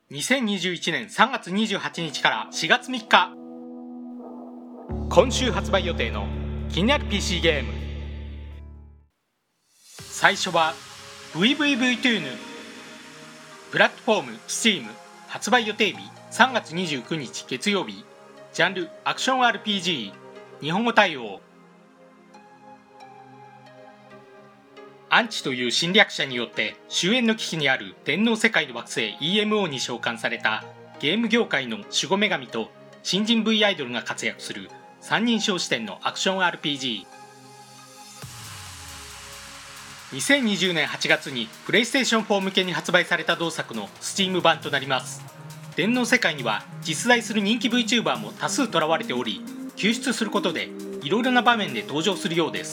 2021年3月28日から4月3日、今週発売予定の気になる PC ゲーム。最初は VVVTune。 プラットフォーム Steam、 発売予定日3月29日月曜日。ジャンルアクション RPG、 日本語対応。アンチという侵略者によって終焉の危機にある電脳世界の惑星 EMO に召喚されたゲーム業界の守護女神と新人 V アイドルが活躍する三人称視点のアクション RPG。 2020年8月にプレイステーション4向けに発売された同作の Steam 版となります。電脳世界には実在する人気 VTuber も多数囚われており、救出することでいろいろな場面で登場するようです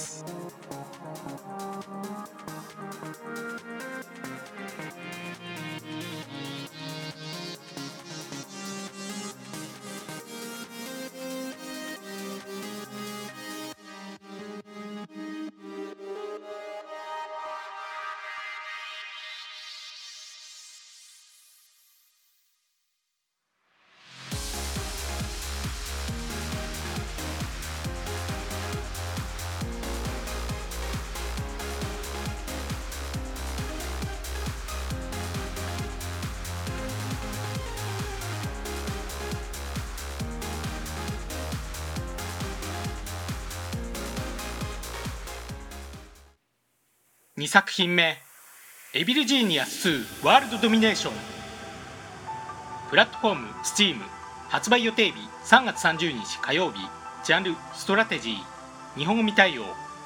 。2作品目、エビルジーニアス2ワールドドミネーション。プラットフォーム Steam、 発売予定日3月30日火曜日。ジャンルストラテジー、日本語未対応。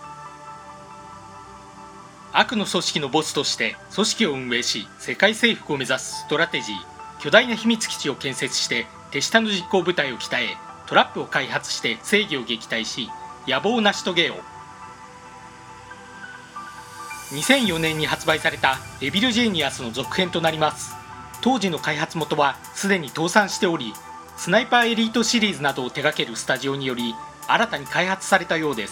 悪の組織のボスとして組織を運営し世界征服を目指すストラテジー。巨大な秘密基地を建設して手下の実行部隊を鍛え、トラップを開発して正義を撃退し野望を成し遂げよう。2004年に発売されたエビルジーニアスの続編となります。当時の開発元はすでに倒産しており、スナイパーエリートシリーズなどを手掛けるスタジオにより新たに開発されたようです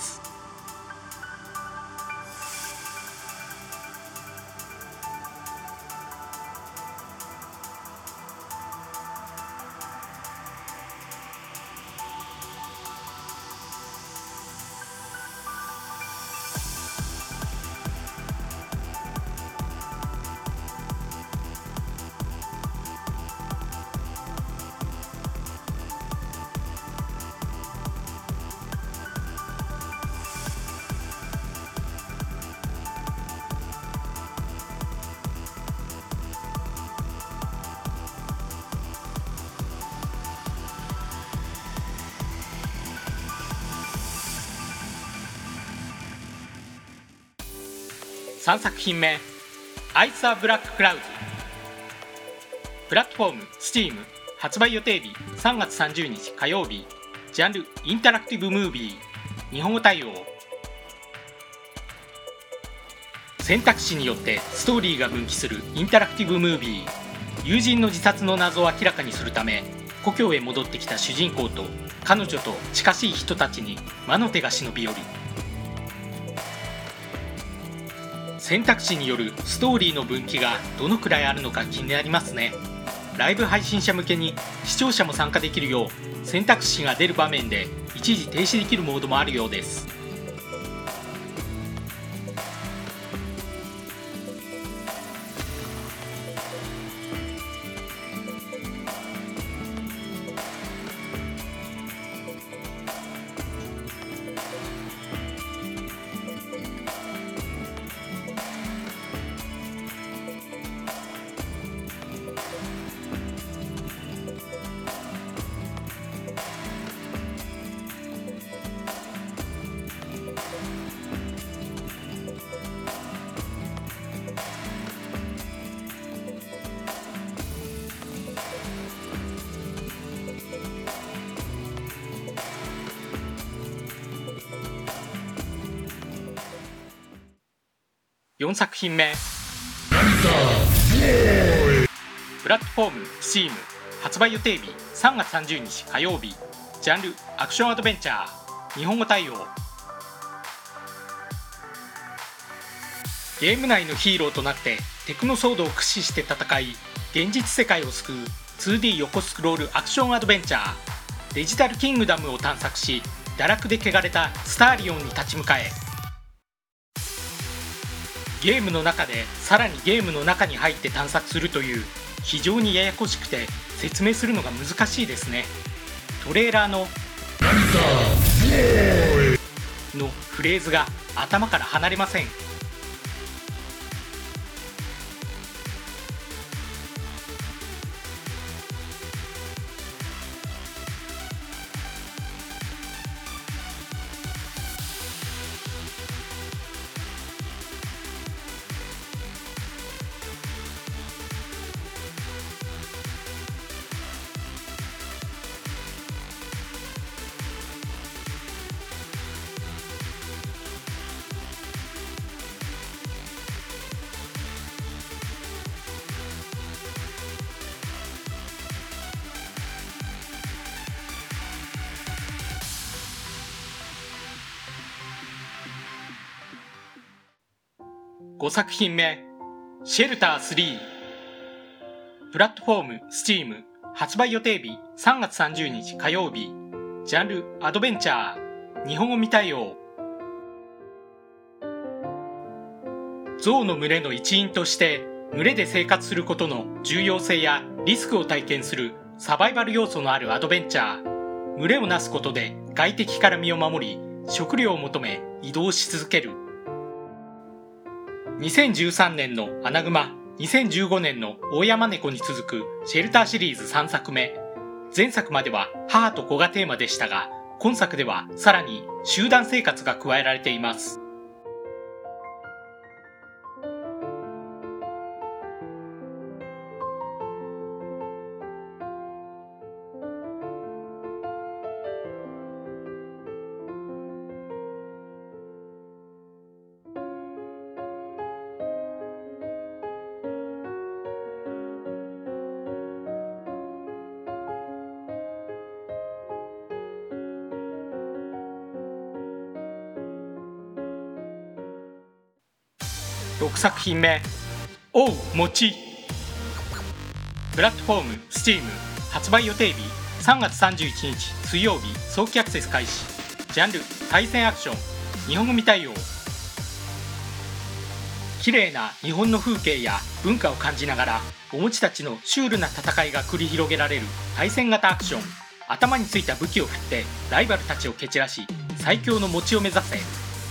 。3作品目、アイス・ア・ブラック・クラウズ。プラットフォーム Steam、 発売予定日3月30日火曜日。ジャンルインタラクティブムービー、日本語対応。選択肢によってストーリーが分岐するインタラクティブムービー。友人の自殺の謎を明らかにするため故郷へ戻ってきた主人公と彼女と近しい人たちに魔の手が忍び寄る。選択肢によるストーリーの分岐がどのくらいあるのか気になりますね。ライブ配信者向けに視聴者も参加できるよう選択肢が出る場面で一時停止できるモードもあるようです。4作品目、プラットフォーム Steam、 発売予定日3月30日火曜日。ジャンルアクションアドベンチャー、日本語対応。ゲーム内のヒーローとなってテクノソードを駆使して戦い、 現実世界を救う 2D 横スクロールアクションアドベンチャー、デジタルキングダムを探索し、堕落で汚れたスターリオンに立ち向かえ。ゲームの中でさらにゲームの中に入って探索するという非常にややこしくて説明するのが難しいですね。トレーラーのフレーズが頭から離れません。5作品目、シェルター3。プラットフォーム Steam、 発売予定日3月30日火曜日。ジャンルアドベンチャー、日本語未対応。象の群れの一員として群れで生活することの重要性やリスクを体験するサバイバル要素のあるアドベンチャー。群れをなすことで外敵から身を守り、食料を求め移動し続ける。2013年のアナグマ、2015年の大山猫に続くシェルターシリーズ3作目。前作までは母と子がテーマでしたが、今作ではさらに集団生活が加えられています。6作品目、おう餅。プラットフォーム Steam、 発売予定日3月31日水曜日、早期アクセス開始。ジャンル対戦アクション、日本語未対応。綺麗な日本の風景や文化を感じながらお餅たちのシュールな戦いが繰り広げられる対戦型アクション。頭についた武器を振ってライバルたちを蹴散らし、最強の餅を目指せ。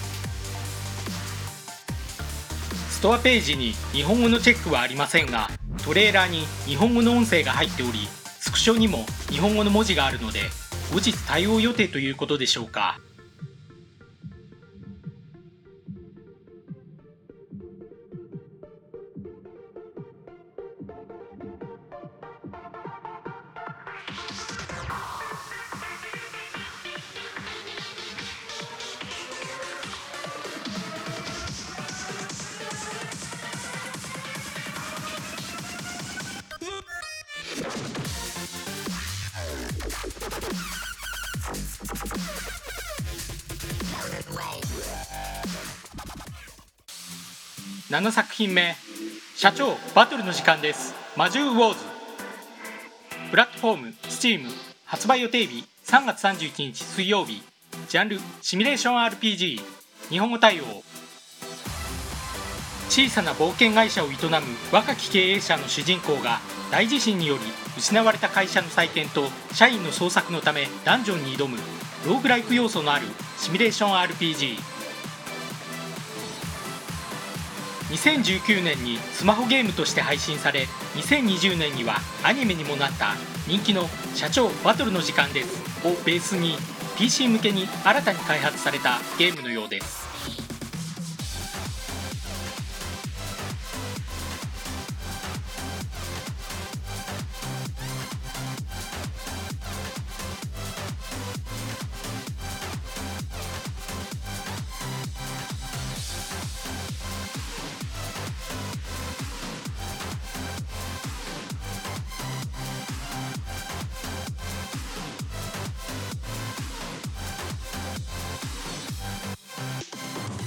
ストアページに日本語のチェックはありませんが、トレーラーに日本語の音声が入っており、スクショにも日本語の文字があるので、後日対応予定ということでしょうか。7作品目、社長バトルの時間です。魔獣ウォーズ。プラットフォーム Steam、 発売予定日3月31日水曜日。ジャンルシミュレーション RPG、 日本語対応。小さな冒険会社を営む若き経営者の主人公が大地震により失われた会社の再建と社員の捜索のためダンジョンに挑むローグライク要素のあるシミュレーション RPG。2019年にスマホゲームとして配信され、2020年にはアニメにもなった人気の社長バトルの時間ですをベースに PC 向けに新たに開発されたゲームのようです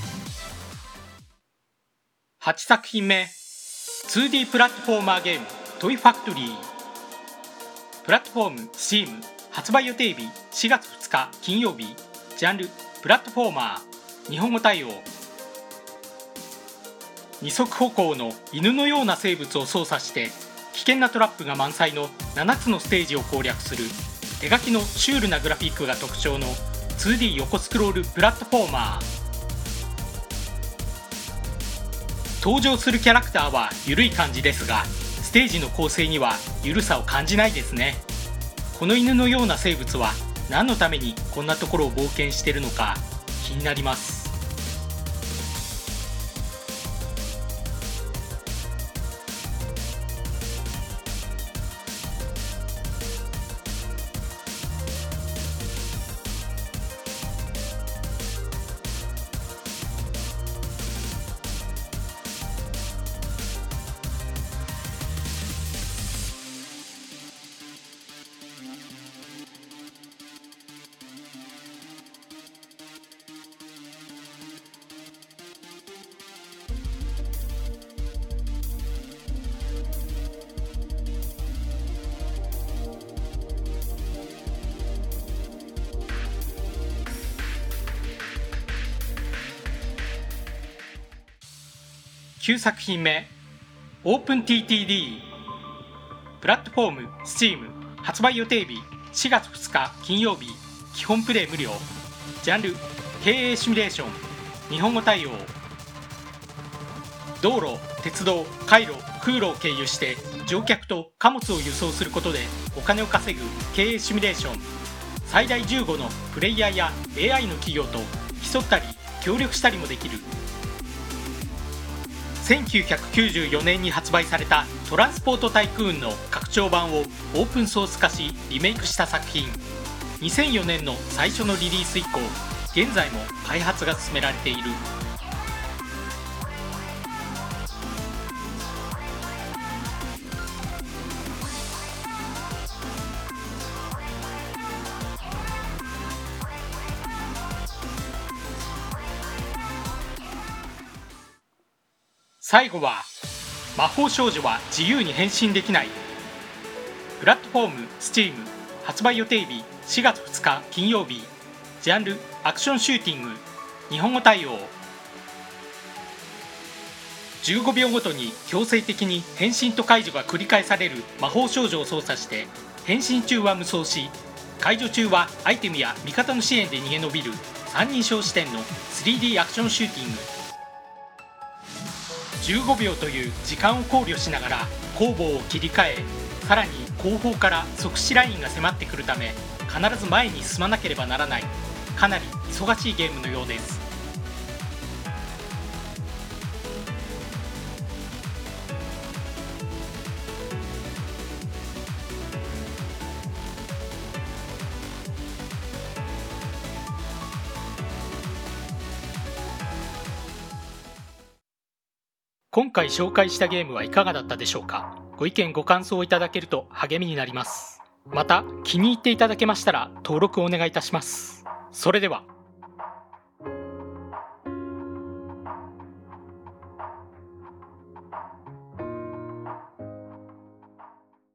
。8作品目、 2D プラットフォーマーゲーム、 トイファクトリー。プラットフォーム Steam、 発売予定日4月2日金曜日。ジャンルプラットフォーマー、日本語対応。二足歩行の犬のような生物を操作して危険なトラップが満載の7つのステージを攻略する手書きのシュールなグラフィックが特徴の 2D 横スクロールプラットフォーマー。登場するキャラクターは緩い感じですが、ステージの構成には緩さを感じないですね。この犬のような生物は何のためにこんなところを冒険しているのか気になります。9作品目、OpenTTD。 プラットフォーム Steam、 発売予定日4月2日金曜日。基本プレイ無料。ジャンル経営シミュレーション、日本語対応。道路、鉄道、海路、空路を経由して乗客と貨物を輸送することでお金を稼ぐ経営シミュレーション。最大15のプレイヤーや AI の企業と競ったり協力したりもできる。1994年に発売されたトランスポートタイクーンの拡張版をオープンソース化しリメイクした作品。2004年の最初のリリース以降、現在も開発が進められている。最後は魔法少女は自由に変身できない。プラットフォーム Steam、 発売予定日4月2日金曜日。ジャンルアクションシューティング、日本語対応。15秒ごとに強制的に変身と解除が繰り返される魔法少女を操作して、変身中は無双し、解除中はアイテムや味方の支援で逃げ延びる三人称視点の 3D アクションシューティング。15秒という時間を考慮しながら攻防を切り替え、さらに後方から即死ラインが迫ってくるため必ず前に進まなければならない、かなり忙しいゲームのようです。今回紹介したゲームはいかがだったでしょうか。ご意見ご感想をいただけると励みになります。また気に入っていただけましたら登録をお願いいたします。それでは。